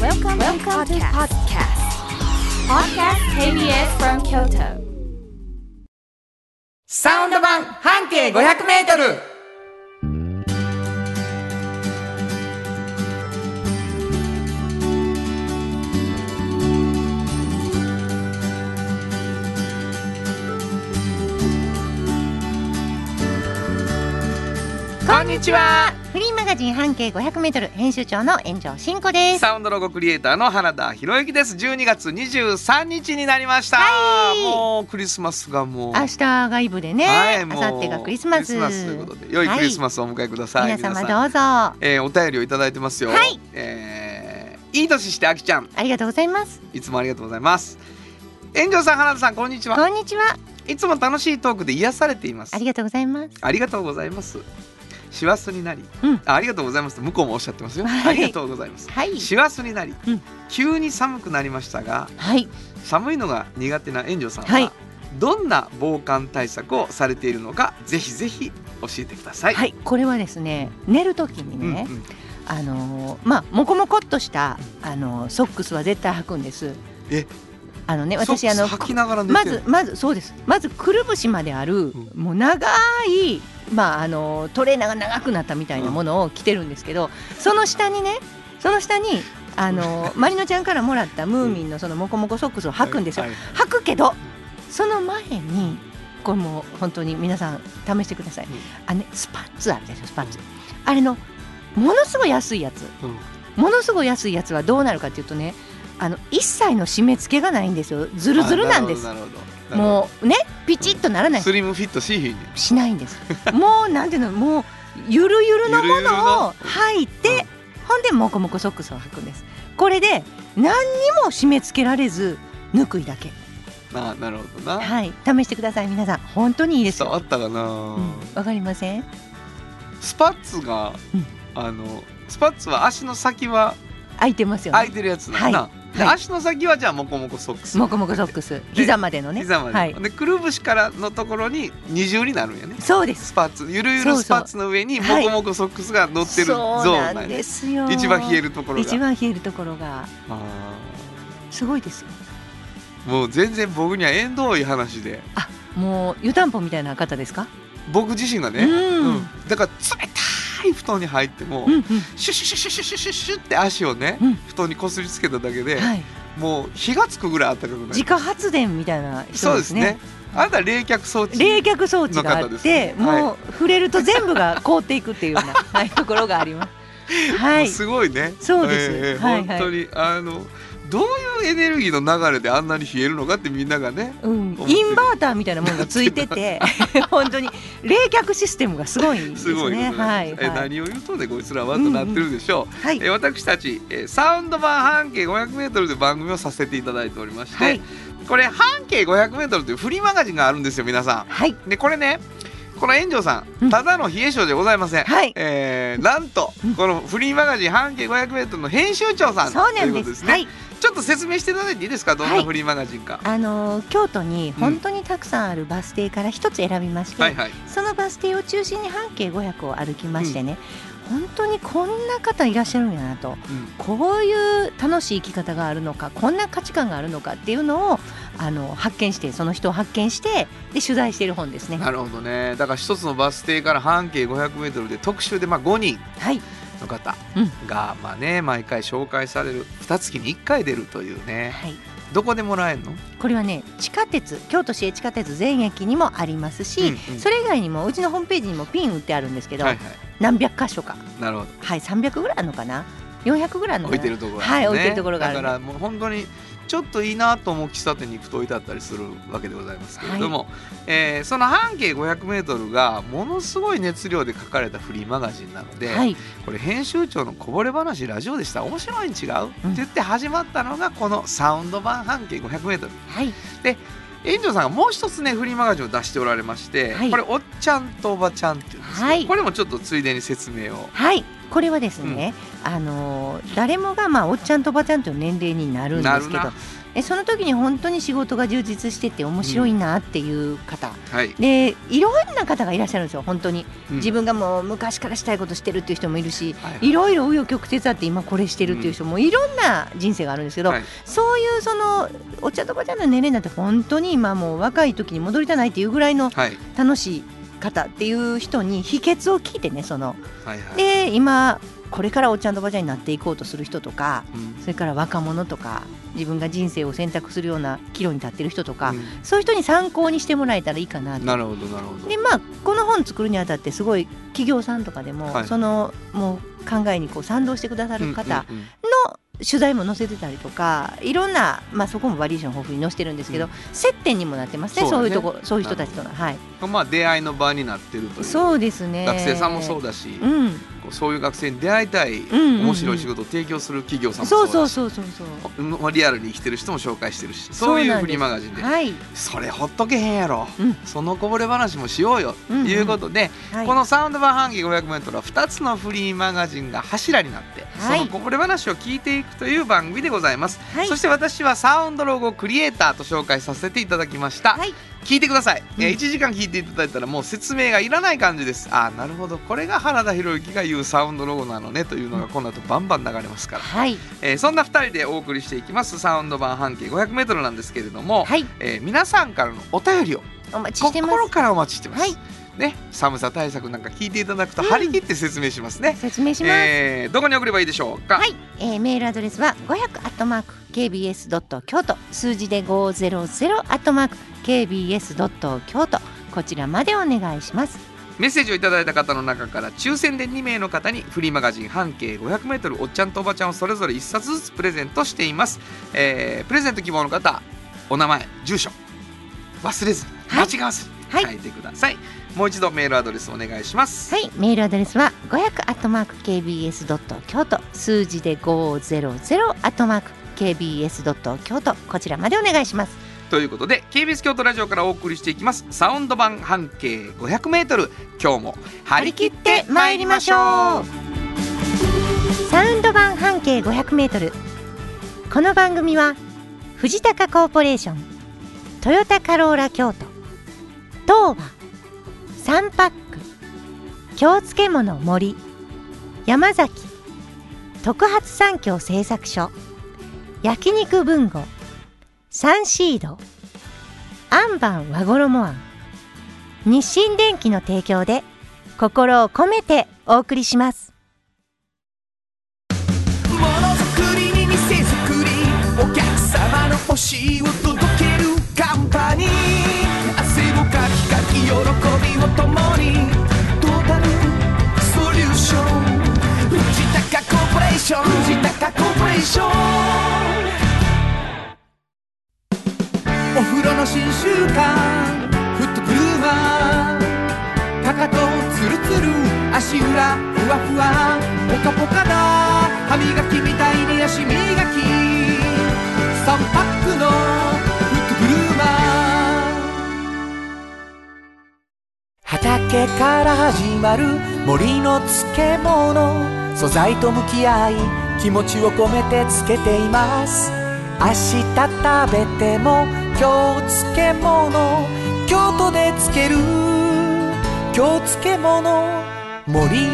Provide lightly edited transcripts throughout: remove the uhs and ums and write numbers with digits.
Welcome to podcast KBS from Kyoto. サウンド版半径500メートル。こんにちは。 フリーマガジン半径 500m 編集長の炎上真子です。 サウンドロゴクリエイターの原田博之です。12月23日になりました、もうクリスマスがもう明日がイブでね、明後日がクリスマスということで良いクリスマスをお迎えください、 皆様どうぞ、 お便りをいただいてますよ。 はい、 いい年してあきちゃん、 ありがとうございます。 いつもありがとうございます。炎上さん、原田さん、こんにちは。 こんにちは。 いつも楽しいトークで癒されています。 ありがとうございます。 ありがとうございます。師走になり、ありがとうございますと向こうもおっしゃってますよ、ありがとうございます、師走になり、急に寒くなりましたが、寒いのが苦手な炎上さんは、どんな防寒対策をされているのか、ぜひぜひ教えてください。 これはですね、寝るときにね、もこもこっとしたソックスは絶対履くんです。私履きながら寝てる。 まずそうです。まずくるぶしまである、もう長いトレーナーが長くなったみたいなものを着てるんですけど、その下にまりのちゃんからもらったムーミンのそのモコモコソックスを履くんですよ、履くけどその前にこれもう本当に皆さん試してください、スパッツあるでしょ。スパッツ、あれのものすごい安いやつ、ものすごい安いやつはどうなるかっていうとね、一切の締め付けがないんですよ。ズルズルなんです。もうね、ピチッとならない。 スリムフィットしないんです。もうなんていうの、もうゆるゆるのものを履いて、ほんでモコモコソックスを履くんです。これで何にも締め付けられず、ぬくいだけ。 なるほどな。 試してください皆さん。本当にいいですよ。 伝わったかな。 わかりません？ スパッツが、スパッツは足の先は開いてますよね。 開いてるやつなんだな。足の先はじゃあモコモコソックス。 モコモコソックス。膝までのね。 膝まで。でくるぶしからのところに二重になるんやね。 そうです。 スパッツ、ゆるゆるスパッツの上にモコモコソックスが乗ってるゾーンなんですよ。一番冷えるところが。 一番冷えるところが。すごいですよ。 もう全然僕には縁遠い話で。 もう湯たんぽみたいな方ですか？ 僕自身がね。だから冷たい布団に入っても、シュシュシュシュシュシュシュシュって足をね、布団にこすりつけただけで、もう火がつくぐらい暖かくなる。 自家発電みたいな人ですね。 そうですね。あなた冷却装置があって、もう触れると全部が凍っていくっていうようなところがあります。 すごいね。 そうです。 本当にどういうエネルギーの流れであんなに冷えるのかってみんながね、 インバーターみたいなものがついてて本当に冷却システムがすごいですね。 何を言うとね、こいつらはとなってるでしょう。私たちサウンド版半径 500m で番組をさせていただいておりまして、これ半径 500m というフリーマガジンがあるんですよ皆さん。でこれね、この炎上さん、ただの冷え性でございません。なんとこのフリーマガジン半径 500m の編集長さんということですね。ちょっと説明していただいていいですか、どんなフリーマガジンか。 京都に本当にたくさんあるバス停から一つ選びまして、そのバス停を中心に半径500を歩きましてね、本当にこんな方いらっしゃるんやなと、こういう楽しい生き方があるのか、こんな価値観があるのかっていうのを発見して、その人を発見してで取材している本ですね。 なるほどね。だから一つのバス停から半径 500m で特集で5人の方が毎回紹介される、2月に1回出るというね。どこでもらえるの？これはね、 地下鉄、京都市営地下鉄全駅にもありますし、それ以外にもうちのホームページにもピン売ってあるんですけど、何百箇所か。 なるほど。 300ぐらいあるのかな、400ぐらいの置いてるところがあるね。 置いてるところがある。 だからもう本当にちょっといいなと思う喫茶店に行くと置いてあったりするわけでございますけれども、その半径 500m がものすごい熱量で書かれたフリーマガジンなので、これ編集長のこぼれ話ラジオでしたら面白いに違う、って言って始まったのがこのサウンド版半径 500m、で炎上さんがもう一つねフリーマガジンを出しておられまして、これおっちゃんとおばちゃんっていうんですけど、これもちょっとついでに説明を。 これはですね、 誰もがおっちゃんとおばちゃんという年齢になるんですけど、その時に本当に仕事が充実してて面白いなっていう方、でいろんな方がいらっしゃるんですよ。本当に自分がもう昔からしたいことしてるっていう人もいるし、いろいろ紆余曲折あって今これしてるっていう人もいろんな人生があるんですけど、そういうそのおっちゃんとおばちゃんの年齢になって本当に今もう若い時に戻りたないっていうぐらいの楽しい方っていう人に秘訣を聞いてね、で今これからおっちゃんとおばちゃんになっていこうとする人とか、それから若者とか自分が人生を選択するような岐路に立っている人とか、そういう人に参考にしてもらえたらいいかなと。 なるほどなるほど。 でこの本作るにあたってすごい企業さんとかでも、そのもう考えに賛同してくださる方の取材も載せてたりとか、いろんな、そこもバリエーション豊富に載せてるんですけど、接点にもなってますね。そういうとこ、そういう人たちとの、 出会いの場になってるという。 そうですね。 学生さんもそうだし、そういう学生に出会いたい、面白い仕事を提供する企業さんもそうだし、リアルに生きてる人も紹介してるし、そういうフリーマガジンで、それほっとけへんやろ、そのこぼれ話もしようよということで、このサウンド版半径 500m は2つのフリーマガジンが柱になって、そのこぼれ話を聞いていくという番組でございます。そして私はサウンドロゴクリエイターと紹介させていただきました。聞いてください。1時間聞いていただいたらもう説明がいらない感じです。なるほど、これが原田博之が言うサウンドロゴなのねというのがこの後バンバン流れますから、そんな2人でお送りしていきますサウンド版半径 500m なんですけれども、皆さんからのお便りをお待ちしてます。 心からお待ちしてます。寒さ対策なんか聞いていただくと張り切って説明しますね。 説明します。 どこに送ればいいでしょうか。 メールアドレスは 500@kbs.kyoto 数字で 500@kbs.kyoto こちらまでお願いします。 メッセージをいただいた方の中から抽選で2名の方にフリーマガジン半径 500m おっちゃんとおばちゃんをそれぞれ1冊ずつプレゼントしています。プレゼント希望の方、お名前住所忘れず間違わず書いてください。もう一度メールアドレスお願いします。 メールアドレスは 500@kbs.kyoto 数字で 500@kbs.kyoto こちらまでお願いします。 ということで KBS 京都ラジオからお送りしていきますサウンド版半径 500m、 今日も張り切って参りましょう。 サウンド版半径 500m、 この番組は藤高コーポレーション、トヨタカローラ京都、東和、サンパック、京漬物森、山崎、特発産業製作所、焼肉文吾、サンシード、アンバン和衣あん、日清電機の提供で心を込めてお送りします。 ものづくりに店づくり、お客様の欲しいを届けるカンパニー、汗をかきかき喜びを共にトータルソリューション、藤高コーポレーション、藤高コーポレーション。お風呂の新習慣フットブルーマー、かかとツルツル足裏ふわふわポカポカだ、歯磨きみたいに足磨き、3パックのフットブルーマー。畑から始まる森の漬物、素材と向き合い気持ちを込めて漬けています。明日食べても今日漬物、京都で漬ける京漬物森。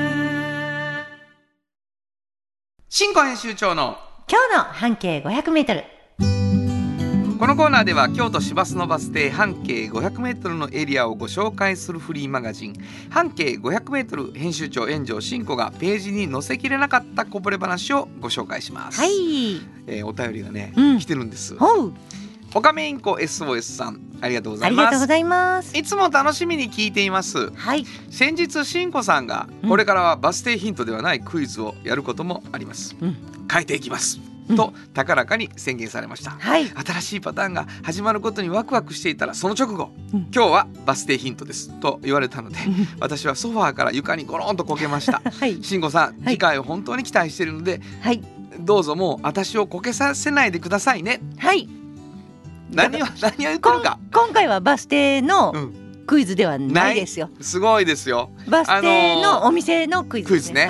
新庫編集長の今日の半径 500m。 このコーナーでは京都市バスのバス停半径 500m のエリアをご紹介するフリーマガジン半径 500m 編集長炎上真子がページに載せきれなかったこぼれ話をご紹介します。お便りがね、来てるんです。オカメインコ SOS さん、ありがとうございます。 ありがとうございます。 いつも楽しみに聞いています。先日真子さんがこれからはバス停ヒントではないクイズをやることもあります、変えていきますと高らかに宣言されました、新しいパターンが始まることにワクワクしていたらその直後、今日はバス停ヒントですと言われたので、私はソファーから床にゴロンとこけました。真子さん、次回を本当に期待しているので、どうぞもう私をこけさせないでくださいね。何を言ってるか、 今回はバス停のクイズではないですよ。 すごいですよ。 バス停のお店のクイズですね。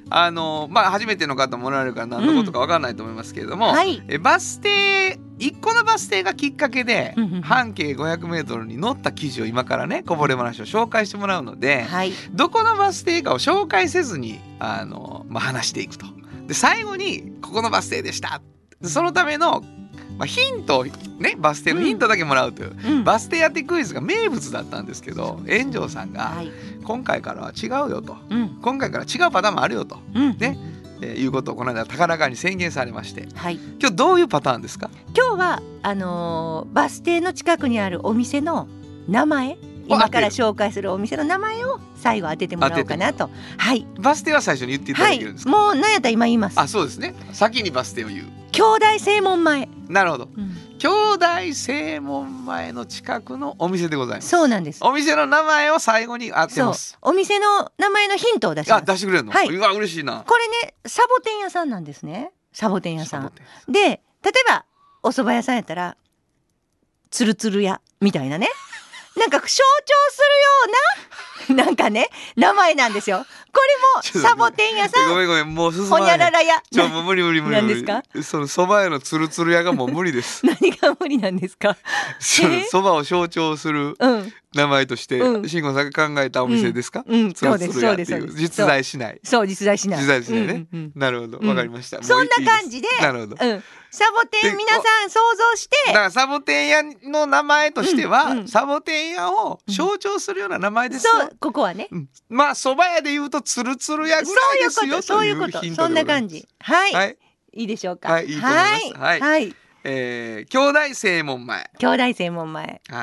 初めての方もおられるから何のことか分からないと思いますけれども、バス停1個のバス停がきっかけで半径 500m に載った記事を今からねこぼれ話を紹介してもらうので、どこのバス停かを紹介せずに話していくと。で最後にここのバス停でした。そのためのヒントね、バス停のヒントだけもらうという、バス停当てクイズが名物だったんですけど、炎上さんが、今回からは違うよと、今回から違うパターンもあるよと、ねいうことをこの間高らかに宣言されまして、今日どういうパターンですか？ 今日はバス停の近くにあるお店の名前、今から紹介するお店の名前を最後当ててもらおうかなと。 バス停は最初に言っていただけるんですか？ もう何やったら今言います。 そうですね、先にバス停を言う。 兄弟正門前。 なるほど、兄弟正門前の近くのお店でございます。 そうなんです。 お店の名前を最後に当てます。 お店の名前のヒントを出します。 出してくれるの？うわ嬉しいな。 これね、サボテン屋さんなんですね。サボテン屋さんで、例えばお蕎麦屋さんやったらつるつる屋みたいなね、なんか象徴するようななんかね名前なんですよ。これもサボテン屋さん。 ごめんもう進まない。 ほにゃらら屋。 もう無理何ですか？ その蕎麦屋のつるつる屋がもう無理です。 何が無理なんですか？ 蕎麦を象徴する名前として慎吾さんが考えたお店ですか？ そうですそうです。 実在しない。 そう実在しない。 実在しないね。なるほど、わかりました。 そんな感じで。 なるほど。 サボテン皆さん想像して。 だからサボテン屋の名前としてはサボテン屋を象徴するような名前ですよ。 そうここはね。 蕎麦屋で言うとつるつる屋ぐらいですよ。 そういうこと。そんな感じ。いいでしょうか。 いいと思います。兄弟正門前。 兄弟正門前。こ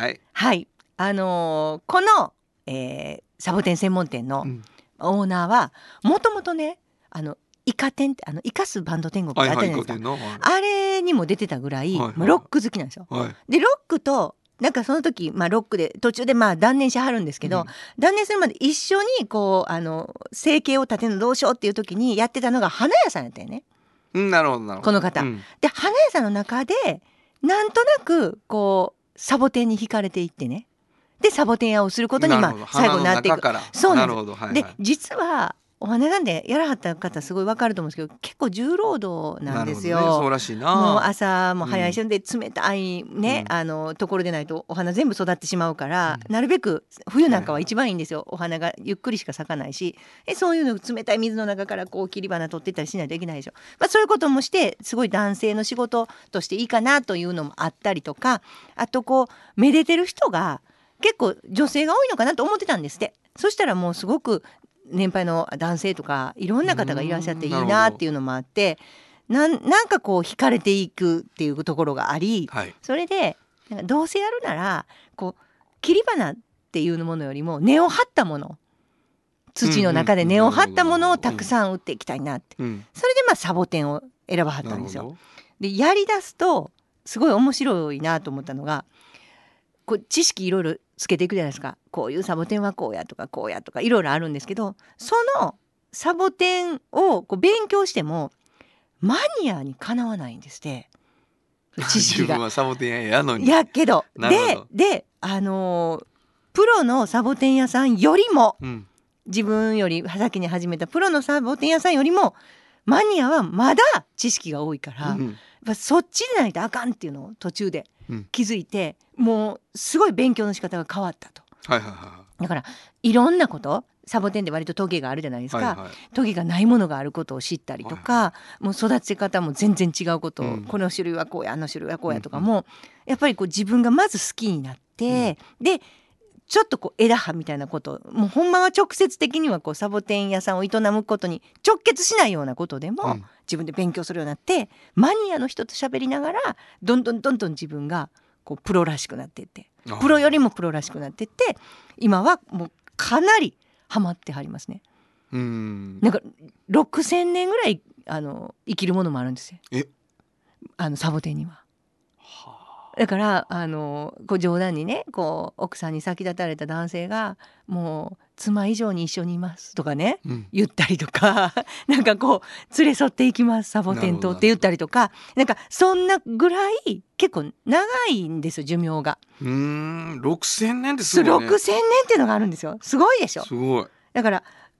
のサボテン専門店のオーナーはもともとねイカ天ってイカスバンド天国ってあったじゃないですか。あれにも出てたぐらいロック好きなんですよ。でロックとなんかその時ロックで途中で断念しはるんですけど、断念するまで一緒にこう生計を立てるのどうしようっていう時にやってたのが花屋さんやったよね。 なるほどこの方。で花屋さんの中でなんとなくこうサボテンに惹かれていってね。でサボテン屋をすることに最後になっていく。そうなんです。で実はお花なんでやらはった方すごい分かると思うんですけど、結構重労働なんですよ。 そうらしいな。 もう朝も早いしで冷たいね、ところでないとお花全部育ってしまうから、なるべく冬なんかは一番いいんですよ。お花がゆっくりしか咲かないし、そういうの冷たい水の中からこう切り花取ってったりしないといけないでしょ。そういうこともしてすごい男性の仕事としていいかなというのもあったりとか、あとこうめでてる人が結構女性が多いのかなと思ってたんですって。そしたらもうすごく年配の男性とかいろんな方がいらっしゃっていいなっていうのもあって、なんかこう惹かれていくっていうところがあり、それでなんかどうせやるならこう切り花っていうものよりも根を張ったもの、土の中で根を張ったものをたくさん売っていきたいなって、それでサボテンを選ばはったんですよ。でやりだすとすごい面白いなと思ったのが、こう知識いろいろつけていくじゃないですか。こういうサボテンはこうやとかこうやとかいろいろあるんですけど、そのサボテンをこう勉強してもマニアにかなわないんですって。知識が。自分はサボテン屋やのに。 やけどでプロのサボテン屋さんよりも、自分より先に始めたプロのサボテン屋さんよりもマニアはまだ知識が多いから、そっちでないとあかんっていうのを途中で気づいて、もうすごい勉強の仕方が変わったと。だからいろんなことサボテンで割とトゲがあるじゃないですか、トゲがないものがあることを知ったりとか、もう育て方も全然違うことを、この種類はこうやあの種類はこうやとかも、やっぱりこう自分がまず好きになって、でちょっとこう枝葉みたいなこと、もうほんまは直接的にはこうサボテン屋さんを営むことに直結しないようなことでも、自分で勉強するようになって、マニアの人と喋りながらどんどん自分がこうプロらしくなっていって、プロよりもプロらしくなっていって、今はもうかなりハマってはりますね。なんか6000年ぐらい生きるものもあるんですよ、サボテンには。だからこう冗談にね、こう奥さんに先立たれた男性がもう妻以上に一緒にいますとかね、言ったりとかなんかこう連れ添っていきますサボテンとって言ったりとか、なんかそんなぐらい結構長いんですよ寿命が。 6000年ってすごいね。 6000年っていうのがあるんですよ。すごいでしょ。 すごい。 だから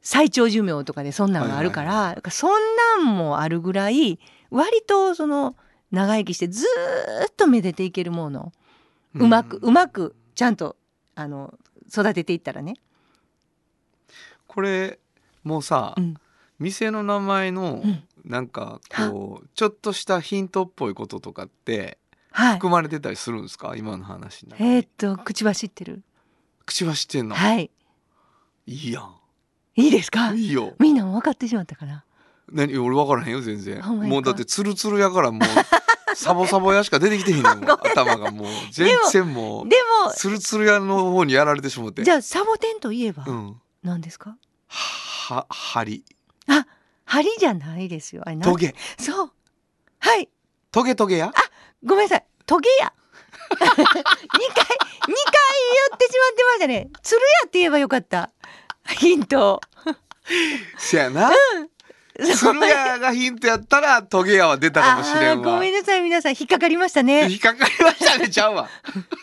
最長寿命とかでそんなんがあるから、そんなんもあるぐらい割とその長生きしてずっとめでていけるもの、うまくちゃんと育てていったらね。 これもうさ、店の名前のなんかこうちょっとしたヒントっぽいこととかって含まれてたりするんですか、今の話の中に。 口は知ってる。 口は知ってんの。 はい。 いいやん。 いいですか。 いいよ。 みんなも分かってしまったかな。 俺分からへんよ全然。 Oh my God。 もうだってツルツルやからもうサボサボやしか出てきてへんねんもん頭がもう全然もうでもツルツルやの方にやられてしもって。 じゃあサボテンといえば何ですか。 針。 あ、針じゃないですよ。あれトゲ。 そう。はい。 トゲトゲや。 あ、ごめんなさい。トゲや。2回言ってしまってましたね。つるやって言えばよかった。ヒント。 せやな。つるやがヒントやったらトゲやは出たかもしれんわ。 ごめんなさい皆さん、引っかかりましたね。 引っかかりましたねちゃうわ。 すいま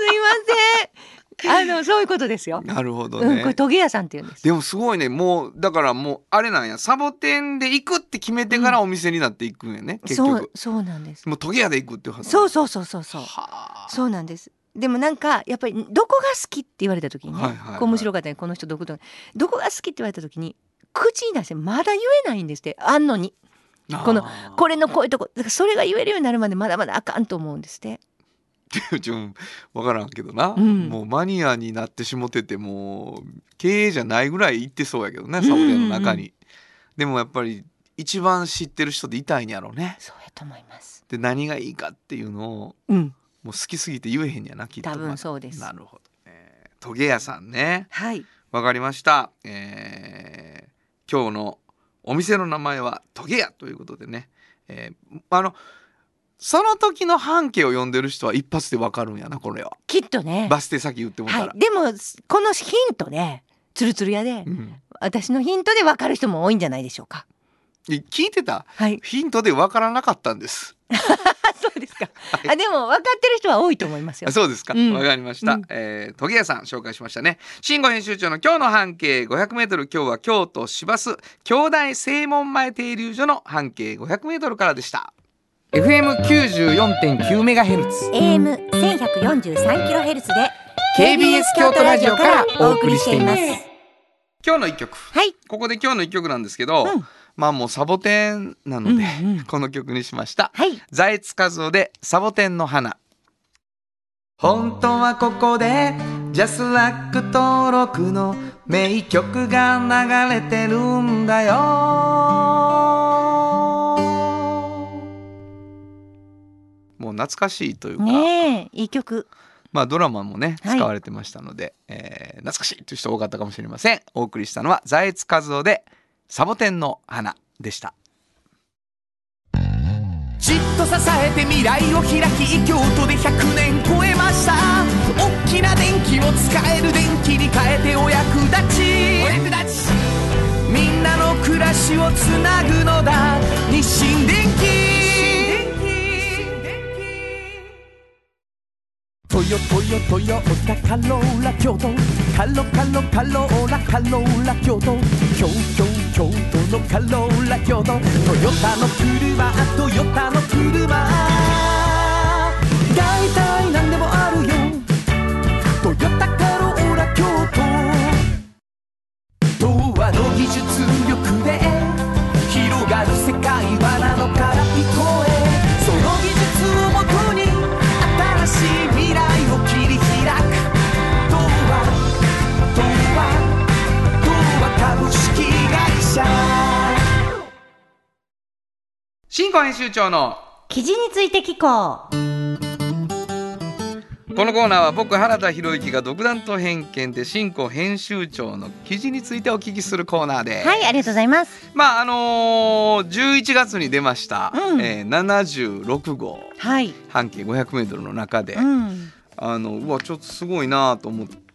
せん。そういうことですよ。 なるほどね。 これトゲ屋さんって言うんです。 でもすごいね。もうだからもうあれなんや、サボテンで行くって決めてからお店になっていくんやね、結局。 そうなんです。 もうトゲ屋で行くっていう話。 そうそうなんです。でもなんかやっぱりどこが好きって言われた時にね、こう面白かったね、この人どこが好きって言われた時に口に出してまだ言えないんですって、あんのにこれのこういうとこだから、それが言えるようになるまでまだまだあかんと思うんですって。 分からんけどな、もうマニアになってしもてて、もう経営じゃないぐらい行ってそうやけどね、サボテンの中に。でもやっぱり一番知ってる人でいたいんやろうね。 そうやと思います。 で何がいいかっていうのを、もう好きすぎて言えへんやな、きっと。 多分そうです。 なるほど、トゲ屋さんね。 はい、 わかりました。今日のお店の名前はトゲ屋ということでね、その時の半径を読んでる人は一発でわかるんやな、これはきっとね。 バス停先言ってもらったら、 でもこのヒントでツルツル屋で、私のヒントでわかる人も多いんじゃないでしょうか。 聞いてた、ヒントでわからなかったんです。 そうですか。でも分かってる人は多いと思いますよ。 そうですか。わかりました。トゲ屋さん紹介しましたね。慎吾編集長の今日の半径 500m。 今日は京都市バス京大正門前停留所の半径 500m からでした。FM94.9MHz、 AM1143kHz で KBS 京都ラジオからお送りしています。今日の一曲、ここで今日の一曲なんですけど、まあもうサボテンなので、この曲にしました。財津和夫でサボテンの花。本当はここでジャスラック登録の名曲が流れてるんだよ。もう懐かしいというかねえ、いい曲。 まあドラマもね使われてましたので、懐かしいという人多かったかもしれません。お送りしたのは財津和夫でサボテンの花でした。 じっと支えて未来を開き、京都で100年超えました。大きな電気を使える電気に変えてお役立ち、みんなの暮らしをつなぐのだ日清電気。トヨタカローラ京都、カローラ京都、京都のカローラ京都、トヨタの車、だいたいなんでもあるよ、トヨタカローラ京都。童話の技術力で広がる世界はなのから聞こえ、その技術をもとに新しい未来を切り開く。童話株式会社。 新語編集長の記事について聞こう。 このコーナーは僕原田博之が独断と偏見で新語編集長の記事についてお聞きするコーナーです。 はい、ありがとうございます。 まあ11月に出ました、76号、半径 500m の中で、うわちょっとすごいなと思っ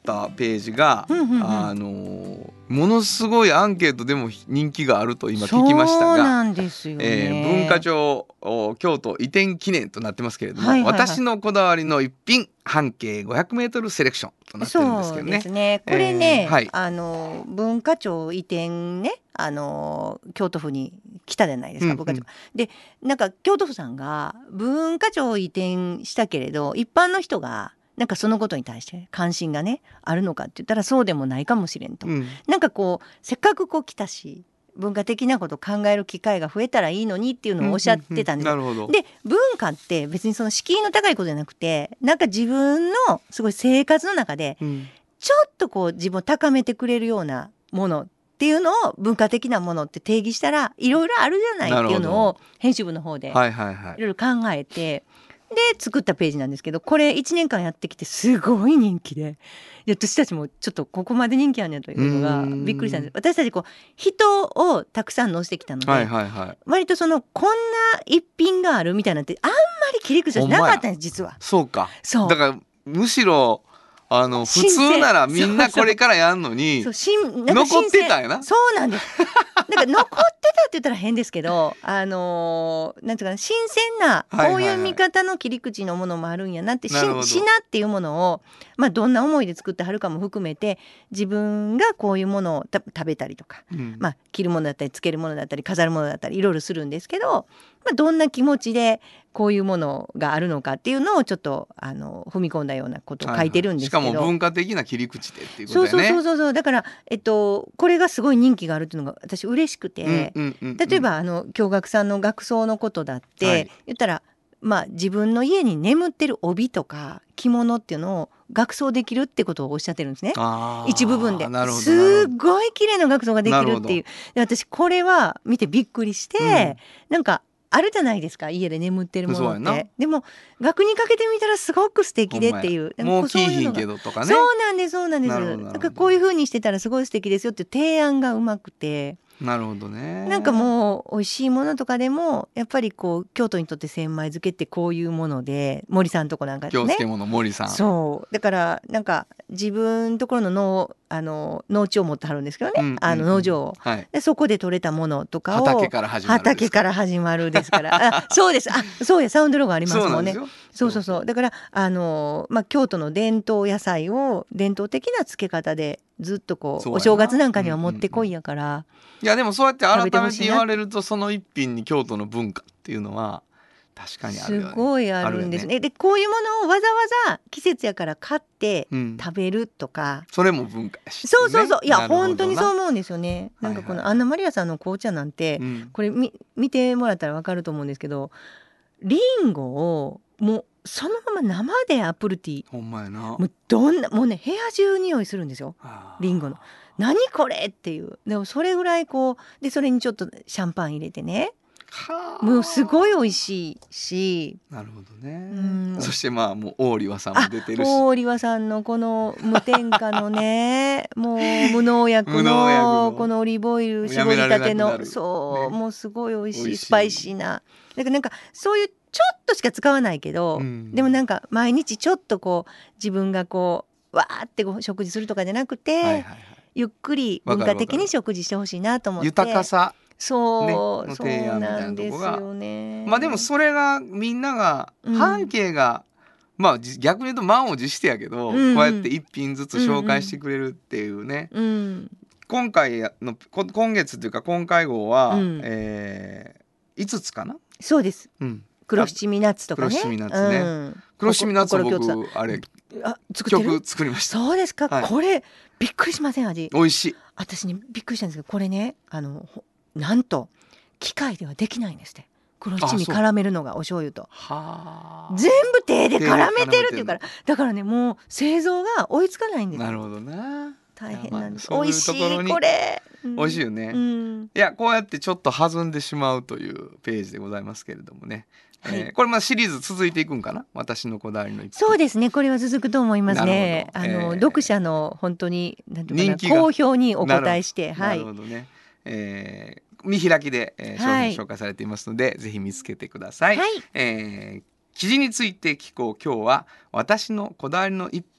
ったページが、ものすごいアンケートでも人気があると今聞きましたが、 そうなんですよね。 文化庁京都移転記念となってますけれども、私のこだわりの一品半径 500m セレクションとなってるんですけどね。 そうですね。これね、文化庁移転ね、京都府に来たじゃないですか、文化庁。で、なんか京都府さんが文化庁移転したけれど、一般の人がなんかそのことに対して関心がねあるのかって言ったらそうでもないかもしれんと、なんかこうせっかくこう来たし文化的なことを考える機会が増えたらいいのにっていうのをおっしゃってたんですよ。で、文化って別にその敷居の高いことじゃなくて、なんか自分のすごい生活の中でちょっとこう自分を高めてくれるようなものっていうのを文化的なものって定義したらいろいろあるじゃないっていうのを編集部の方でいろいろ考えて、で作ったページなんですけど、これ1年間やってきてすごい人気で、私たちもちょっとここまで人気あるんやというのがびっくりしたんです。私たちこう人をたくさん載せてきたので、割とそのこんな一品があるみたいなってあんまり切り口じゃなかったんです実は。 そうか。だからむしろ普通ならみんなこれからやんのに残ってたよな。 そうなんです。だから残ってたって言ったら変ですけど、なんていうかな、新鮮なこういう見方の切り口のものもあるんやなって、品っていうものを、どんな思いで作ってはるかも含めて自分がこういうものを食べたりとか、着るものだったりつけるものだったり飾るものだったりいろいろするんですけど、どんな気持ちでこういうものがあるのかっていうのをちょっと踏み込んだようなことを書いてるんですけど、 しかも文化的な切り口でっていうことだよね。 そうだから、これがすごい人気があるっていうのが私嬉しくて、例えば京極さんの学装のことだって、言ったら自分の家に眠ってる帯とか着物っていうのを学装できるってことをおっしゃってるんですね。一部分ですごい綺麗な学装ができるっていう。で、私これは見てびっくりして、なんかあるじゃないですか、家で眠ってるものって。でも額にかけてみたらすごく素敵でっていう、 もう着いひんけどとかね。 そうなんです。なんかこういう風にしてたらすごい素敵ですよっていう提案がうまくて。 なるほどね。 なんかもう美味しいものとかでもやっぱりこう京都にとって千枚漬けってこういうもので、森さんとこなんか京漬物森さん、 そうだからなんか自分のところの農地を持ってはるんですけどね、農場を、でそこで採れたものとかを畑から始まるですからそうです。そうや、サウンドロゴありますもんね。そうだから京都の伝統野菜を伝統的な漬け方でずっとこうお正月なんかには持ってこいやから、 いやでもそうやって改めて言われるとその一品に京都の文化っていうのは確かにあるよね。 すごいあるんですね。でこういうものをわざわざ季節やから買って食べるとか、 それも文化やし、 そういや本当にそう思うんですよね。なんかこのアンナマリアさんの紅茶なんて、これ見てもらったら分かると思うんですけど、リンゴをもうそのまま生でアップルティー、 ほんまやな、 もうもうね部屋中匂いするんですよ、リンゴの。何これっていう。でもそれぐらいこうで、それにちょっとシャンパン入れてね、もうすごい美味しいし。 なるほどね。そしてもう大リワさんも出てるし、 大リワさんのこの無添加のねもう無農薬のこのオリーブオイル絞りたての、そう、もうすごい美味しいスパイシーな。だからなんかそういうちょっとしか使わないけど、でもなんか毎日ちょっとこう自分がこうわーって食事するとかじゃなくて、ゆっくり文化的に食事してほしいなと思って。 豊かさそうの提案みたいなとこが、 ね、 でもそれがみんなが半径が、逆に言うと満を持してやけど、こうやって一品ずつ紹介してくれるっていうね、今月というか今回号は、5つかな。 そうです、黒七味ナッツとかね。 黒七味ナッツね、黒七味ナッツ僕あれ曲作りました。 そうですか、これびっくりしません？味美味しい。 私ねびっくりしたんですけど、これねなんと機械ではできないんですって。黒七味絡めるのがお醤油と全部手で絡めてるっていうから、だからねもう製造が追いつかないんですよ。 なるほどな。 大変なんです。美味しい、これ美味しいよね。いやこうやってちょっと弾んでしまうというページでございますけれどもね、これシリーズ続いていくんかな。私のこだわりの一品。 そうですね、これは続くと思いますね。読者の本当になんていうかな、好評にお答えして、 なるほどね、見開きで、商品紹介されていますので、ぜひ見つけてください。記事について聞こう。今日は私のこだわりの一品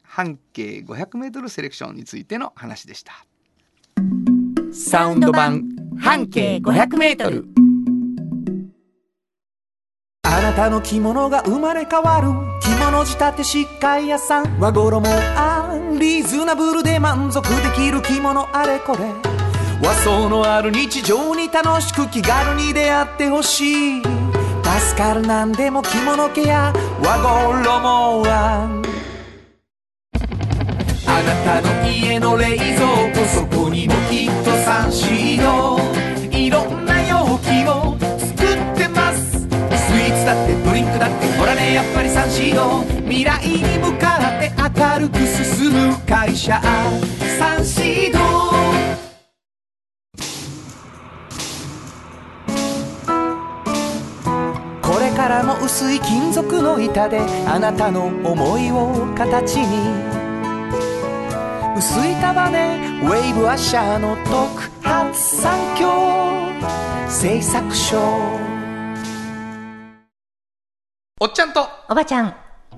半径 500m セレクションについての話でした。 サウンド版半径 500m。 あなたの着物が生まれ変わる着物仕立て疾患屋さん。和衣リーズナブルで満足できる着物あれこれ。和装のある日常に楽しく気軽に出会ってほしい。助かるなんでも着物ケア和衣はあなたの家の冷蔵庫、そこにもきっとサンシード。いろんな容器を作ってます。スイーツだってドリンクだってほらね、やっぱりサンシード。未来に向かって明るく進む会社サンシード。これからも薄い金属の板であなたの思いを形に。薄い束ねウェーブアッシャーの特発産業製作所。 おっちゃんとおばちゃん。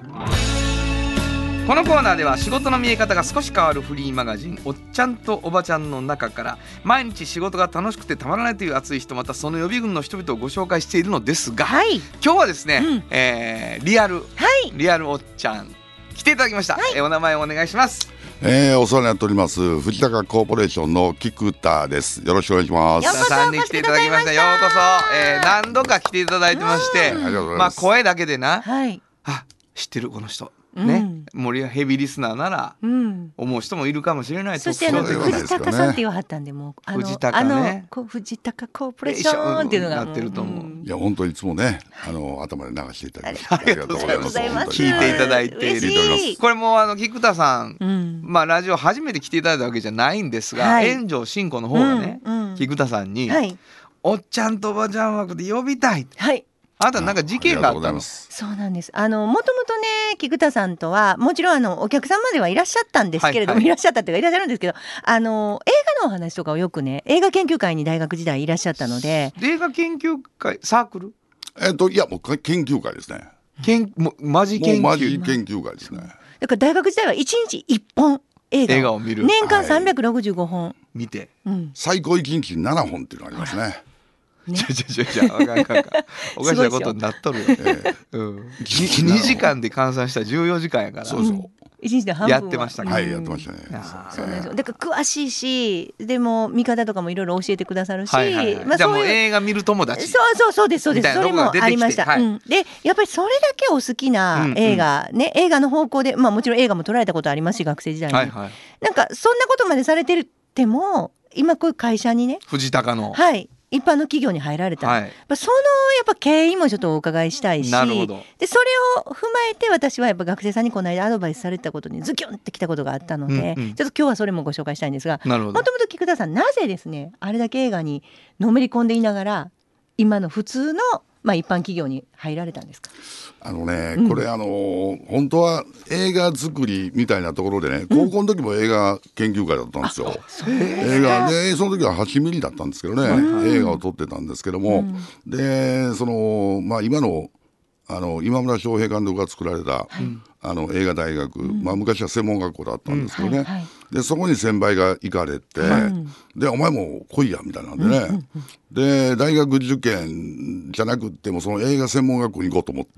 このコーナーでは仕事の見え方が少し変わるフリーマガジンおっちゃんとおばちゃんの中から毎日仕事が楽しくてたまらないという熱い人、またその予備軍の人々をご紹介しているのですが、 はい、 今日はですね、リアルおっちゃん来ていただきました、お名前をお願いします。 お世話になっております藤高コーポレーションの菊田です。よろしくお願いします。 菊田さんに来ていただきました。ようこそ、何度か来ていただいてまして、まあ声だけでな、あ、知ってるこの人ね、森はヘビーリスナーなら思う人もいるかもしれない。 そして藤高さんって言わはったんで、もう藤高ね、 藤高コーポレーションっていうのがなってると思う。 いや本当にいつもね、頭で流していただきありがとうございます。 聞いていただいている。これも菊田さん、まあラジオ初めて来ていただいたわけじゃないんですが、炎上真子の方がね、菊田さんに、おっちゃんとおばちゃん枠で呼びたい。あなたなんか事件があったの？ そうなんです。もともとね、菊田さんとはもちろんお客様ではいらっしゃったんですけれども、いらっしゃったっていうかいらっしゃるんですけど、映画のお話とかをよくね、映画研究会に大学時代いらっしゃったので。 映画研究会サークル？ いやもう研究会ですね。 もうマジ研究会ですね。 だから大学時代は1日1本映画を見る。 年間365本見て、 最高1日7本っていうのがありますね。 おかしなことになっとるよ。2時間で換算したら14時間やから。 そうそう。 1日で半分やってましたはい、やってましたね。 そうなんですよ。だから詳しいし、でも見方とかもいろいろ教えてくださるし、 じゃあもう映画見る友達。 そうです。それもありました。で、やっぱりそれだけお好きな映画ね、映画の方向で、まあもちろん映画も撮られたことありますし、学生時代に。なんかそんなことまでされてるっても、今こういう会社にね、 藤高の。 一般の企業に入られた、そのやっぱ経緯もちょっとお伺いしたいし、でそれを踏まえて私はやっぱ学生さんにこの間アドバイスされたことにズキュンってきたことがあったので、ちょっと今日はそれもご紹介したいんですが、もともと菊田さんなぜですね、あれだけ映画にのめり込んでいながら今の普通の一般企業に入られたんですか？ これ本当は映画作りみたいなところでね、高校の時も映画研究会だったんですよ。映画でその時は8ミリだったんですけどね、映画を撮ってたんですけども、で今の今村翔平監督が作られた、映画大学、昔は専門学校だったんですけどね、でそこに先輩が行かれて、でお前も来いやみたいなんでね、で大学受験じゃなくってもその映画専門学校に行こうと思って、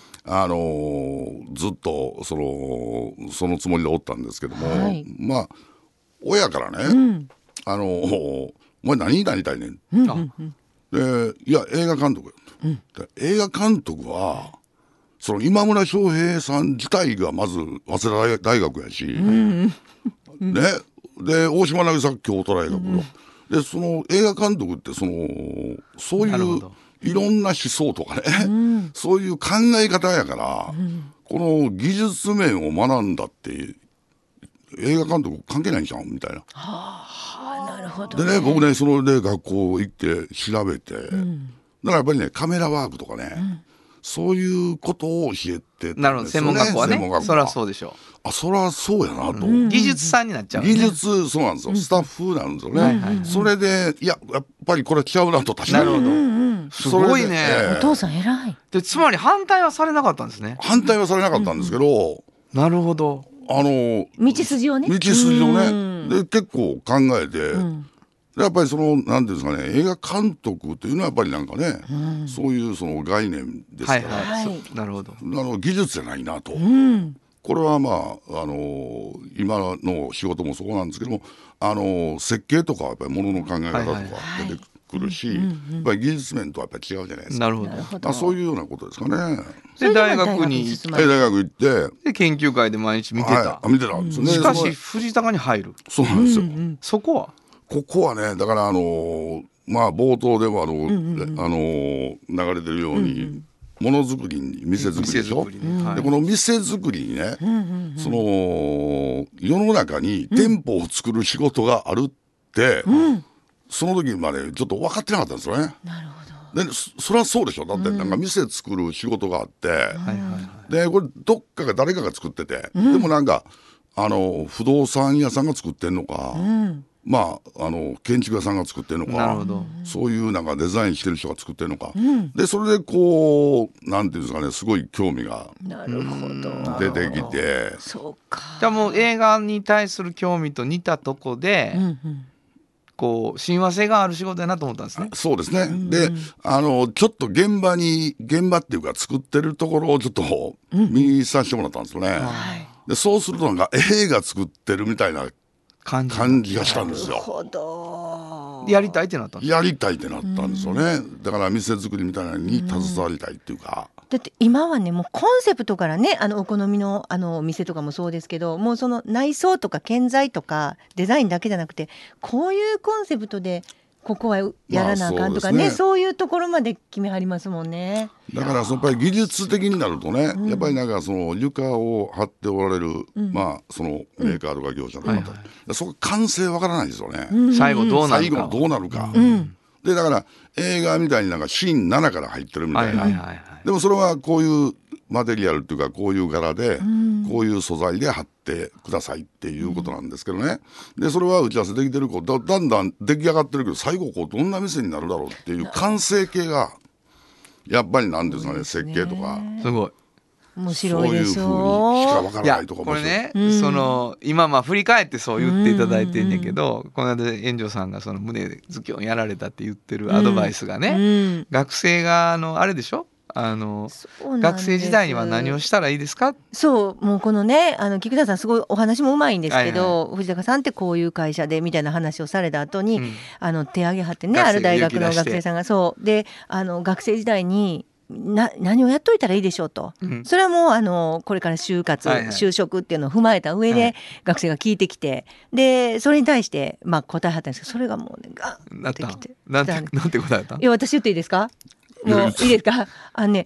ずっとそのつもりでおったんですけども、親からね、お前何になりたいねん、でいや映画監督や、映画監督はその今村翔平さん自体がまず早稲田大学やし、で大島渚京都大学の、でその映画監督ってそういういろんな思想とかね、そういう考え方やから、この技術面を学んだって映画監督関係ないんじゃんみたいな。 なるほど。 でね、僕ねそれで学校行って調べて、だからやっぱりねカメラワークとかね、そういうことを教えてたんですよね。 なるほど、専門学校はね。そりゃそうでしょう。 そりゃそうやなと、 技術さんになっちゃう、ね、 技術、そうなんですよ、スタッフなんですよね、それでやっぱりこれ違うなと確かに。なるほど、すごいね、 お父さん偉い。 でつまり反対はされなかったんですね。 反対はされなかったんですけど、 なるほど、 道筋をねで結構考えて、やっぱりなんていうんですかね、映画監督というのはやっぱりなんかね、そういうその概念ですから、 なるほど、 技術じゃないなと、これはまあ、今の仕事もそうなんですけども、設計とかやっぱりものの考え方とか出てくるし、やっぱり技術面とはやっぱり違うじゃないですか。 なるほど。 そういうようなことですかね。 で大学に行って大学行ってで研究会で毎日見てた、 見てたんですよね。 しかし藤高に入る。 そうなんですよ。 そこはここはね、だからまあ冒頭でも流れてるように、ものづくりに店づくりでしょ。でこの店づくりにね、世の中に店舗を作る仕事があるって、その時までちょっと分かってなかったんですよね。 なるほど。 でそれはそうでしょ。だってなんか店作る仕事があって、でこれどっかが誰かが作ってて、でもなんか不動産屋さんが作ってんのか、まあ建築屋さんが作ってんのか、そういうなんかデザインしてる人が作ってんのか、でそれでこうなんていうんですかね、すごい興味が出てきて、 そうか。 じゃあもう映画に対する興味と似たとこで、こう親和性がある仕事だなと思ったんですね。 そうですね。でちょっと現場っていうか作ってるところをちょっと見させてもらったんですよね。でそうするとなんか映画作ってるみたいな感じがしたんですよ。 なるほど。 やりたいってなったんです。 やりたいってなったんですよね。だから店作りみたいなのに携わりたいっていうか。 だって今はね、もうコンセプトからね、お好みのお店とかもそうですけど、もうその内装とか建材とかデザインだけじゃなくて、こういうコンセプトでここはやらなあかんとかね、そういうところまで決めはりますもんね。 だからやっぱり技術的になるとね、やっぱりなんかその床を張っておられる、まあそのメーカーとか業者の方、そこ完成わからないですよね。 最後どうなるか。でだから映画みたいになんかシーン7から入ってるみたいな。でもそれはこういうマテリアルっていうかこういう柄で、こういう素材で貼ってくださいっていうことなんですけどね。でそれは打ち合わせできてる子だんだん出来上がってるけど、最後こうどんな店になるだろうっていう完成形がやっぱりなんですかね、設計とかすごい面白いでしょ。 そういう風にしかわからないとかも。 これね、今まあ振り返ってそう言っていただいてんねんけど、この間炎上さんがその胸ズキョンやられたって言ってるアドバイスがね、学生があれでしょ、学生時代には何をしたらいいですか。 そう、もうこのね、菊田さんすごいお話もうまいんですけど、藤高さんってこういう会社でみたいな話をされた後に、手挙げはってね、ある大学の学生さんがそうで、学生時代に何をやっといたらいいでしょうと、それはもうこれから就職っていうのを踏まえた上で学生が聞いてきて、でそれに対して答えはったんですけど、それがもうねガンってきて、 なんて答えた。 いや、私言っていいですか。もういいですか。今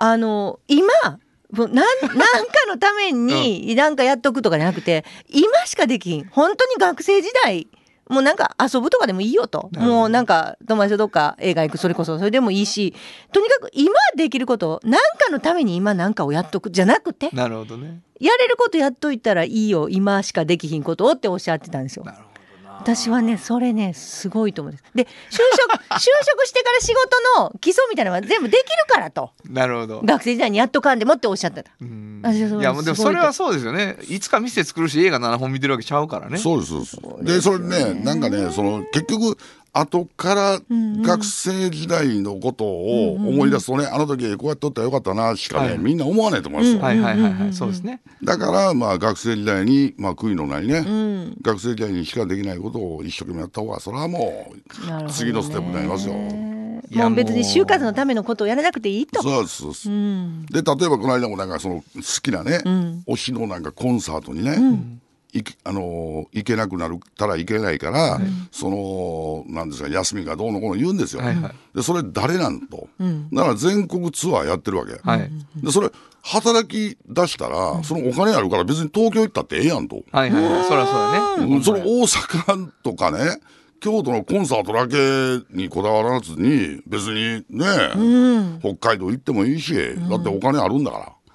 何かのために何かやっとくとかじゃなくて、今しかできん、本当に学生時代もうなんか遊ぶとかでもいいよと、もうなんか友達とどっか映画行く、それこそそれでもいいし、とにかく今できること何かのために今何かをやっとくじゃなくて、 なるほどね、 やれることやっといたらいいよ、今しかできひんことをっておっしゃってたんですよ。なるほど。私はねそれねすごいと思うんです。で就職してから仕事の基礎みたいなのは全部できるからと。なるほど。学生時代にやっとかんでもっておっしゃってた。 いやでもそれはそうですよね。いつか店作るし映画7本見てるわけちゃうからね。 そうですそうです。でそれね、なんかね、結局後から学生時代のことを思い出すとね、あの時こうやっとったらよかったなしかね、みんな思わないと思いますよ。 はいはいはいはい、そうですね。 だからまあ学生時代に悔いのないね、学生時代にしかできないことを一生懸命やった方が、それはもう次のステップになりますよ。 もう別に就活のためのことをやらなくていいと。 そうですそうです。で例えばこの間もなんか好きなね、推しのなんかコンサートにね、行けなくなったらいけないから、なんですか、休みがどうのこうの言うんですよ。でそれ誰なんと、だから全国ツアーやってるわけ。でそれ働き出したら、そのお金あるから別に東京行ったってええやんと。 そりゃそうだね。 その大阪とかね、京都のコンサートだけにこだわらずに別にね、北海道行ってもいいし、だってお金あるんだから。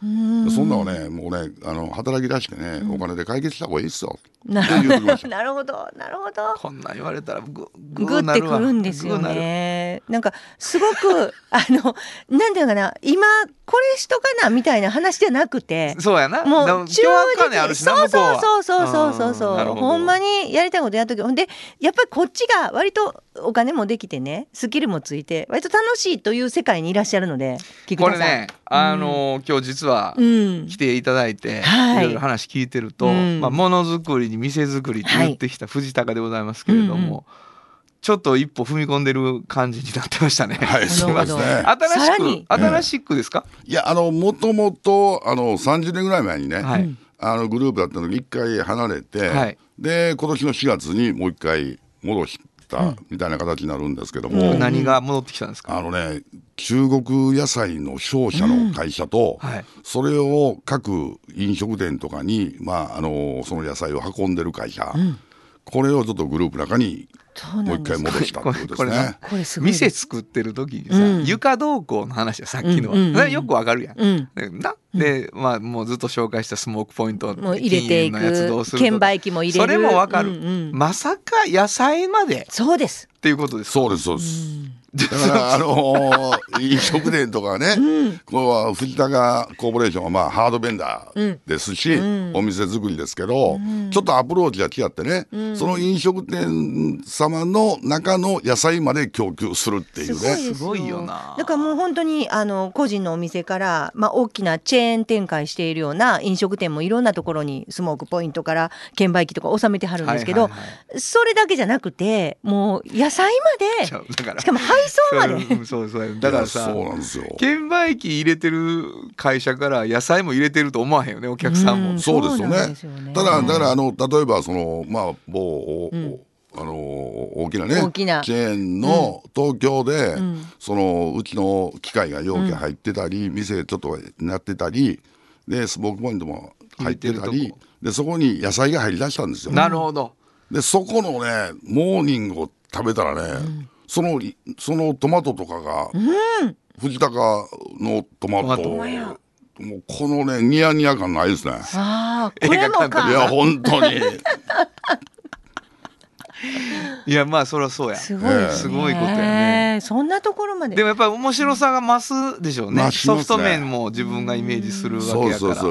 そんなのねもうね働き出してね、お金で解決した方がいいですよってな言ってきましたるほどなるほど。 こんなん言われたらグってくるんですよね。なんかすごくなんていうかな、今これしとかなみたいな話じゃなくて、 そうやな、 もう今日は金あるしな、 そう向こうはそうほんまにやりたいことやっとけ。ほんでやっぱりこっちが割とお金もできてね、スキルもついて割と楽しいという世界にいらっしゃるので、菊田さんこれね今日実は来ていただいて、いろいろ話聞いてると、ものづくりに店づくりって言ってきた藤高でございますけれども、ちょっと一歩踏み込んでる感じになってましたね。 はい、そうですね。 新しくですか？ いやもともと30年ぐらい前にね、グループだったのに一回離れて、で今年の4月にもう一回戻したみたいな形になるんですけども、 何が戻ってきたんですか？ 中国野菜の商社の会社と、それを各飲食店とかに、その野菜を運んでる会社、これをちょっとグループの中にもう一回戻したってことですね。 店作ってる時にさ、床動向の話はさっきのは、よくわかるやん。でもうずっと紹介したスモークポイントもう入れていく、券売機も入れる、 それもわかる。まさか野菜までそうですっていうことですか？ そうですそうです。だから飲食店とかね、これは藤高コーポレーションはハードベンダーですし、お店作りですけど、ちょっとアプローチが違ってね、その飲食店様の中の野菜まで供給するっていうね、 すごいよな。 だからもう本当に個人のお店から、大きなチェーン展開しているような飲食店もいろんなところにスモークポイントから券売機とか収めてはるんですけど、それだけじゃなくてもう野菜まで、しかも配送までそうだからさ、券売機入れてる会社から野菜も入れてると思わへんよね、お客さんも。 そうですよね。だから例えば某大きなねチェーンの東京で、うちの機械が容器入ってたり、店ちょっとなってたりでスモークポイントも入ってたりで、そこに野菜が入り出したんですよ。 なるほど。 でそこのねモーニングを食べたらね、そのトマトとかが、藤高のトマト、もうこのねニヤニヤ感ないですね。 これもか。 いや本当にいやそりゃそうや。すごいことやね。 そんなところまで。 でもやっぱり面白さが増すでしょうね。ソフト麺も自分がイメージするわけやから、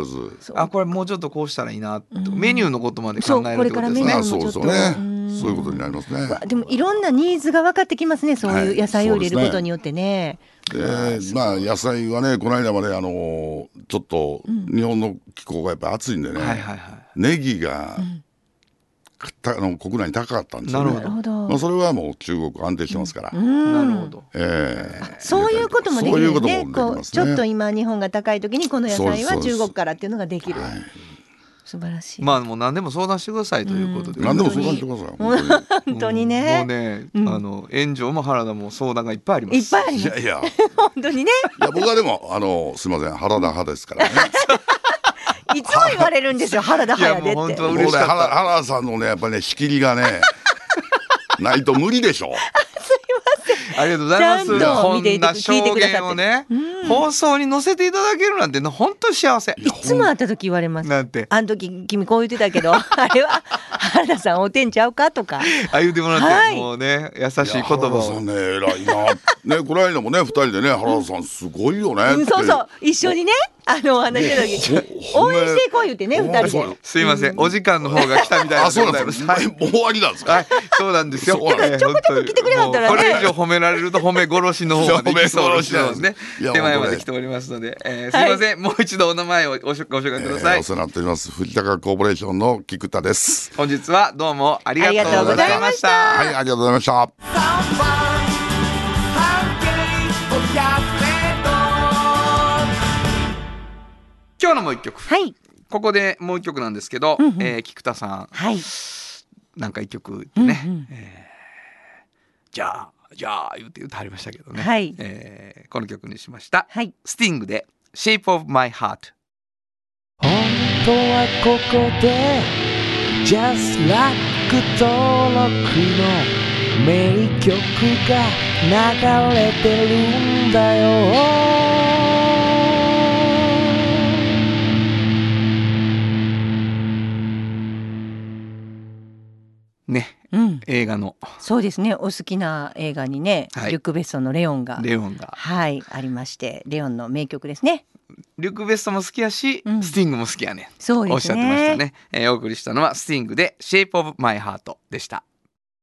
これもうちょっとこうしたらいいな、メニューのことまで考えるってことですね。 そういうことになりますね。 でもいろんなニーズが分かってきますね、そういう野菜を入れることによってね。 野菜はねこの間までちょっと日本の気候がやっぱ暑いんでね、ネギが国内に高かったんですよね。 なるほど。 それはもう中国安定してますから。 なるほど。 そういうこともできるよね。ちょっと今日本が高い時にこの野菜は中国からっていうのができる。素晴らしい。 もう何でも相談してくださいということで。 何でも相談してください。 本当にね。 もうね炎上も原田も相談がいっぱいあります。 いっぱいあります。いや本当にね。 いや僕はでもすみません原田派ですからね。 いつも言われるんですよ原田派やでって。 本当は嬉しかった。 原田さんのねやっぱりね仕切りがねないと無理でしょ。 ありがとうございます。こんな証言をね、放送に載せていただけるなんて本当に幸せ。 いつも会った時言われます。 なんて。 あの時君こう言ってたけど、あれは原田さんおてんちゃうかとか。 言ってもらって、もうね優しい言葉を。 原田さんね偉いな。ねこの間もね2人でね原田さんすごいよね。 そう一緒にねお話してた時応援していこう言ってね2人で。 すいませんお時間の方が来たみたいな。 そうなんです。もう終わりなんですか。 そうなんですよ。 ちょこちょこ来てくれなかったらね。 これ以上褒められると褒め殺しの方ができそうですね。手前まで来ておりますので、すいませんもう一度お名前をご紹介ください。 お世話になっております藤高コーポレーションの菊田です。 本日はどうもありがとうございました。 はいありがとうございました。 今日のもう一曲、ここでもう一曲なんですけど、菊田さん、なんか一曲ってね、じゃあ言ってはりましたけどね、この曲にしました、スティングで Shape of My Heart。 本当はここで Just Like 登録の名曲が流れてるんだよ。 映画のそうですね、お好きな映画にね、 はい、 リュック・ベッソンのレオンがはい、 ありまして、レオンの名曲ですね。 リュック・ベッソンも好きやし、スティングも好きやねん、 そうですね、 おっしゃってましたね。お送りしたのはスティングで Shape of My Heart でした。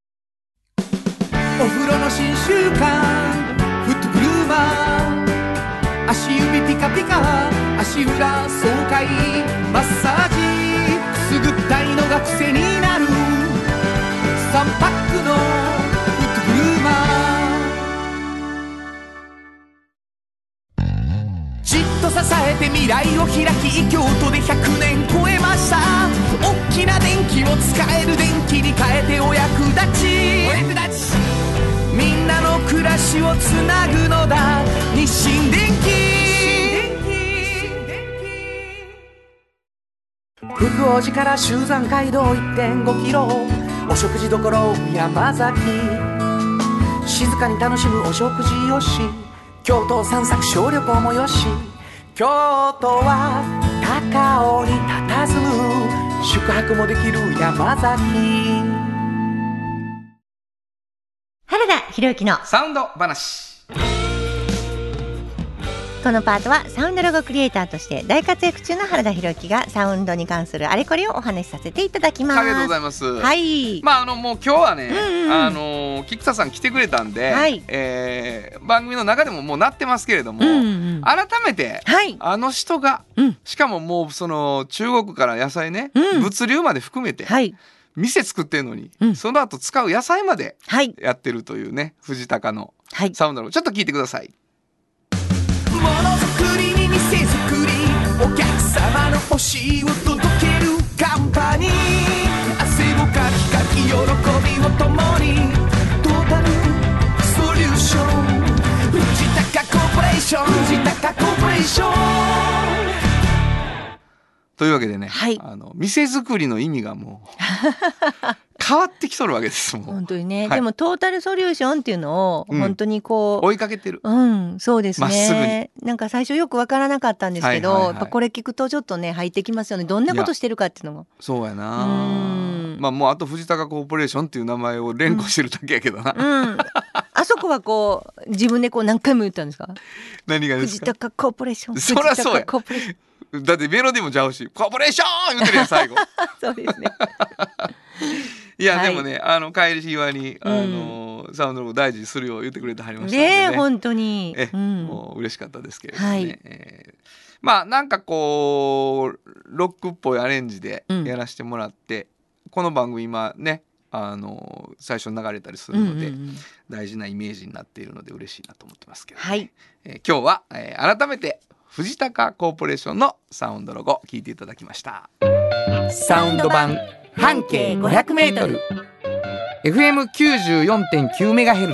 お風呂の新習慣フットグルーマー、足指ピカピカ足裏爽快マッサージくすぐったいのが癖になる3パックのフットグルーマー、じっと支えて未来を開き京都で100年超えました。大きな電気を使える電気に変えてお役立ち、みんなの暮らしをつなぐのだ日清電気。福王寺から集山街道 1.5 キロ、お食事処山崎、静かに楽しむお食事よし、京都散策小旅行もよし、京都は高尾に佇む宿泊もできる山崎。 原田博之のサウンド話。 このパートはサウンドロゴクリエイターとして大活躍中の原田博之がサウンドに関するあれこれをお話しさせていただきます。 ありがとうございます。 はい、 もう今日はね、菊田さん来てくれたんで、はい、番組の中でももうなってますけれども、改めて、はい、あの人が、しかももうその中国から野菜ね、物流まで含めて、はい、店作ってるのに、その後使う野菜までやってるというね、藤高のサウンドロゴ、ちょっと聞いてください。 ものづくりに店づくり、お客様の欲しいを届けるカンパニー、汗をかきかき喜びを共にトータルソリューション、藤高コーポレーション、藤高コーポレーションというわけでね、はい、店づくりの意味がもう変わってきとるわけですもん。 本当にね、はい、でもトータルソリューションっていうのを本当にこう、 追いかけてる、 そうですね、まっすぐに。なんか最初よく分からなかったんですけど、やっぱこれ聞くとちょっとね入ってきますよね、どんなことしてるかっていうのが。 そうやな、もうあと藤高コーポレーションっていう名前を連呼してるだけやけどな、 あそこはこう自分でこう何回も言ったんですか。 何がですか。 藤高コーポレーション、 そりゃそうや、だってメロディーもちゃうしコーポレーション言ってるやん最後そうですねいや、はい、でもね帰り際にサウンドロゴ大事にするよう言ってくれてはりましたのでね、 本当にもう嬉しかったですけれどもね、はい、なんかこうロックっぽいアレンジでやらせてもらって、この番組今ね最初に流れたりするので、大事なイメージになっているので嬉しいなと思ってますけどね、はい、今日は、改めて藤高コーポレーションのサウンドロゴ聞いていただきました。 サウンド版半径 500m FM94.9MHz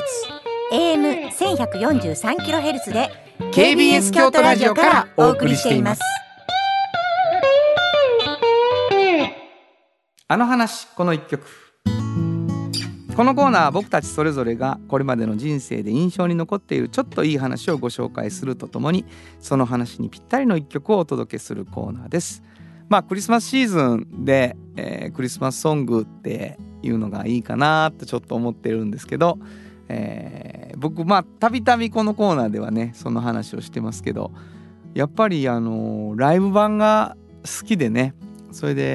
AM1143kHz で KBS 京都ラジオからお送りしています。 あの話この一曲。このコーナーは僕たちそれぞれがこれまでの人生で印象に残っているちょっといい話をご紹介するとともに、その話にぴったりの一曲をお届けするコーナーです。クリスマスシーズンで、クリスマスソングっていうのがいいかなとちょっと思ってるんですけど、僕たびたびこのコーナーではねその話をしてますけど、やっぱりライブ版が好きでね、それ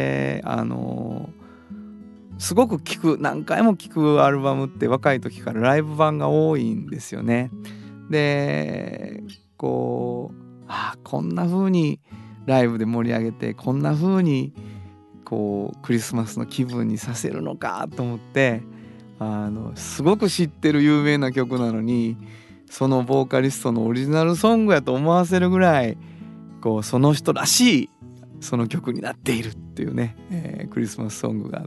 ですごく何回も聴くアルバムって若い時からライブ版が多いんですよね。でこんな風にライブで盛り上げて、こんな風にこうクリスマスの気分にさせるのかと思って、すごく知ってる有名な曲なのにそのボーカリストのオリジナルソングやと思わせるぐらいその人らしいその曲になっているっていうね、クリスマスソングがあって、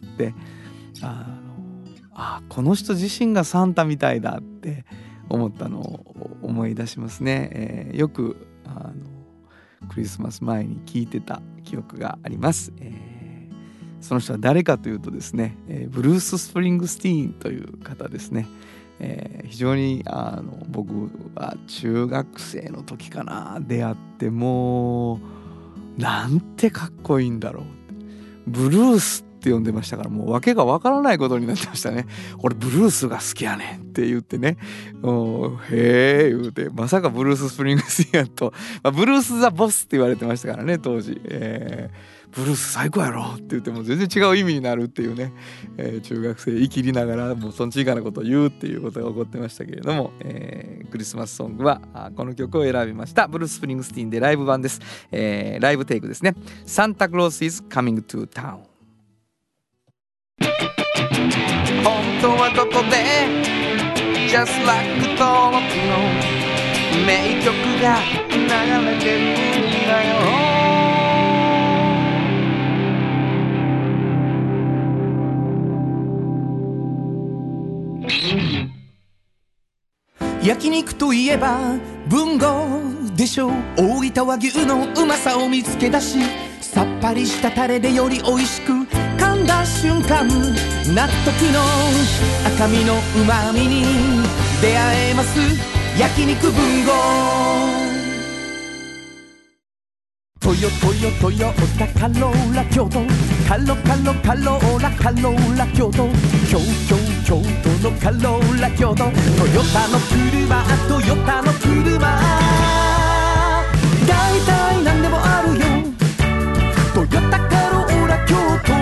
この人自身がサンタみたいだって思ったのを思い出しますね。よくクリスマス前に聴いてた記憶があります。その人は誰かというとですね、ブルース・スプリングスティーンという方ですね。非常に僕は中学生の時かな出会って、もうなんてかっこいいんだろう、ブルースっって呼んでましたから、もう訳がわからないことになってましたね。俺ブルースが好きやねんって言ってね、へえ言うて、まさかブルース・スプリングスティーンと、ブルース・ザ・ボスって言われてましたからね当時、ブルース最高やろって言っても全然違う意味になるっていうね、中学生生きりながらもうそんちいかなことを言うっていうことが起こってましたけれども、クリスマスソングはこの曲を選びました。ブルース・スプリングスティーンでライブ版です。ライブテイクですね。サンタクロース is coming to town。 本当はどこで Just like 登録の名曲が流れてるんだよ。 焼肉といえば文豪でしょう。大分和牛のうまさを見つけ出し、さっぱりしたタレでより美味しく噛んだ瞬間、納得の赤身のうまみに出会えます。焼肉文豪。トヨタカローラ京都、カローラ京都、京都のカローラ京都、トヨタの車大体何でもあるよ、トヨタカローラ京都。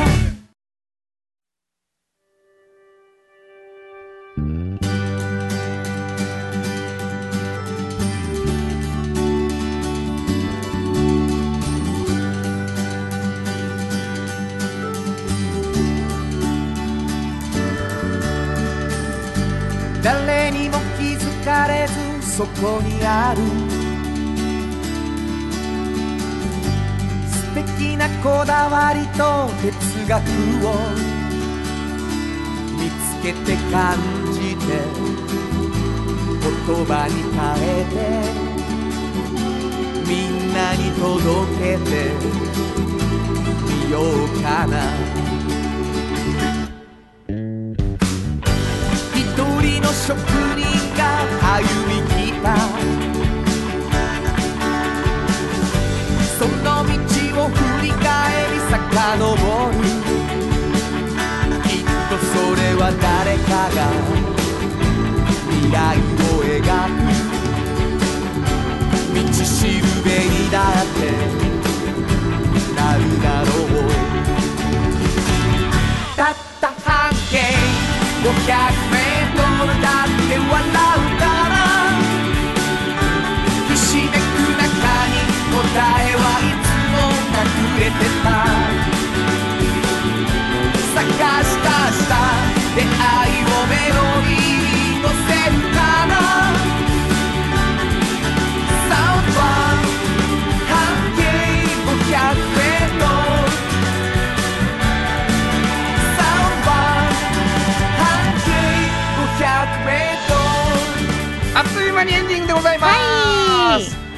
誰にも気づかれずそこにある素敵なこだわりと哲学を見つけて感じて言葉に変えてみんなに届けてみようかな。職人が歩み来たその道を振り返り遡る、きっとそれは誰かが未来を描く道しるべにだってなるだろう。たった半径500メートルだって笑うからひしめく中に答えはいつも隠れてた。探した出会いをメロディーに乗せるかな。サウンドは半径500メートル、 あっという間にエンディングでございます、はい、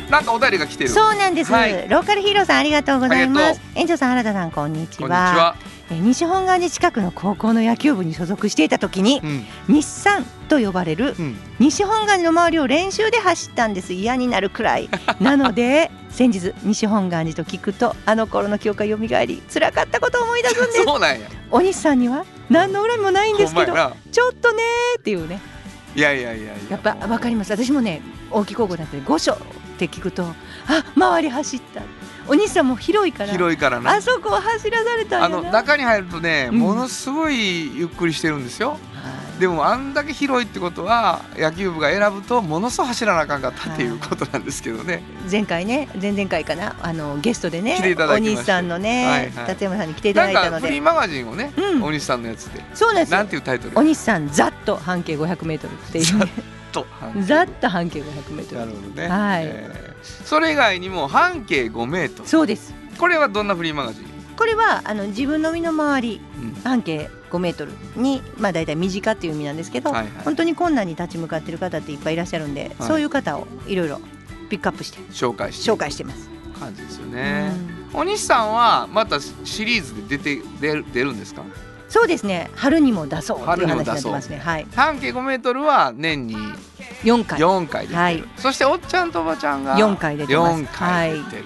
なんかお便りが来てる。 そうなんです、 はい、 ローカルヒーローさんありがとうございます。園長さん、原田さん、こんにちは。西本願寺近くの高校の野球部に所属していた時に、日産と呼ばれる、西本願寺の周りを練習で走ったんです。嫌になるくらいなので先日西本願寺と聞くとあの頃の記憶がよみがえり辛かったことを思い出すんです。 そうなんや。 お西さんには何の恨みもないんですけどちょっとねっていうね。 いややっぱ分かります。私もね大木高校だったり御所って聞くと周り走った。お兄さんも広いからな。あそこを走らされたんやな。 中に入るとね、ものすごいゆっくりしてるんですよ、でもあんだけ広いってことは野球部が選ぶとものすごい走らなあかんかったっていうことなんですけどね。 前々回かなゲストでね来ていただきました。 お兄さんのね、達山さんに来ていただいたのでなんかフリーマガジンをね、お兄さんのやつで。 そうなんです。 なんていうタイトル？ お兄さんざっと半径500メートルっていうね。ざっと半径500メートル。 なるほどね。はい。それ以外にも半径5メートル。 そうです。 これはどんなフリーマガジン？ これは自分の身の回り、半径5メートルにだいたい身近っていう意味なんですけど、本当に困難に立ち向かっている方っていっぱいいらっしゃるんで、そういう方をいろいろピックアップして紹介してます感じですよね。お西さんはまたシリーズで出るんですか？ そうですね、春にも出そうという話になってますね。はい、 半径5メートルは年に4回出てる、そしておっちゃんとおばちゃんが 4回出てます。 4回出てる、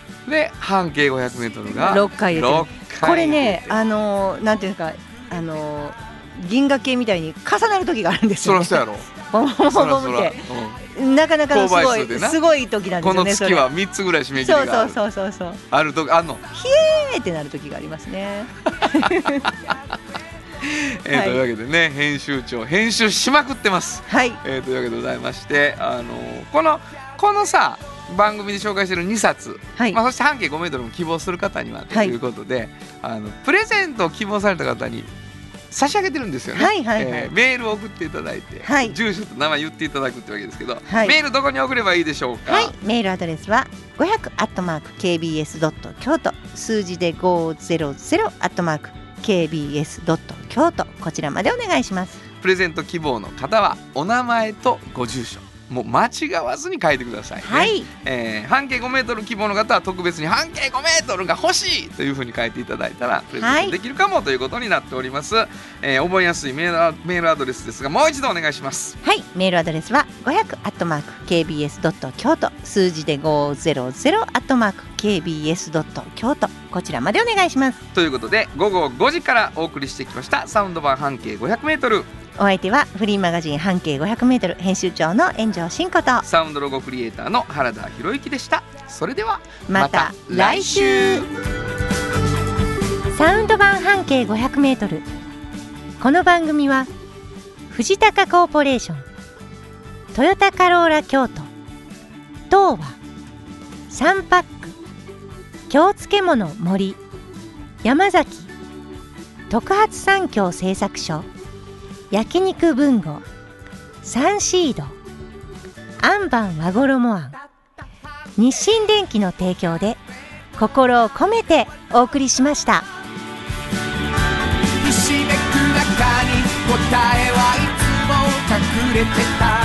で半径 500m が 6回入れてる。これねなんていうか銀河系みたいに重なる時があるんですよね。 そらそうやろ。 ボンボンボンボンってなかなかのすごい時なんですよね。 この月は3つぐらい締め切りがある。 そうあるとあんの。 ひえーってなる時がありますね。 というわけでね、編集長編集しまくってます。 はい。 というわけでございまして、このさ番組で紹介している2冊、そして半径 5m も希望する方にはということで、プレゼントを希望された方に差し上げてるんですよね。メールを送っていただいて、住所と名前言っていただくってわけですけど、メールどこに送ればいいでしょうか。 メールアドレスは500@kbs.kyoto、数字で500@kbs.kyoto、こちらまでお願いします。 プレゼント希望の方はお名前とご住所もう間違わずに書いてくださいね。半径 5m 希望の方は特別に半径 5m が欲しいというふうに書いていただいたらプレゼントできるかもということになっております。覚えやすいメールアドレスですがもう一度お願いします。 メールアドレスは500@kbs.kyoto、数字で500@kbs.kyoto、こちらまでお願いします。 ということで午後5時からお送りしてきましたサウンド版半径 500m。 お相手はフリーマガジン半径 500m 編集長の炎上真子とサウンドロゴクリエイターの原田博之でした。それではまた来週。サウンド版半径 500m、 この番組は藤高コーポレーション、トヨタカローラ京都、東和、サンパック、京漬物森、山崎、特発産業製作所、焼肉文吾、サンシード、アンバン和衣あん、日清電機の提供で心を込めてお送りしました。 ひしめく中に答えはいつも隠れてた。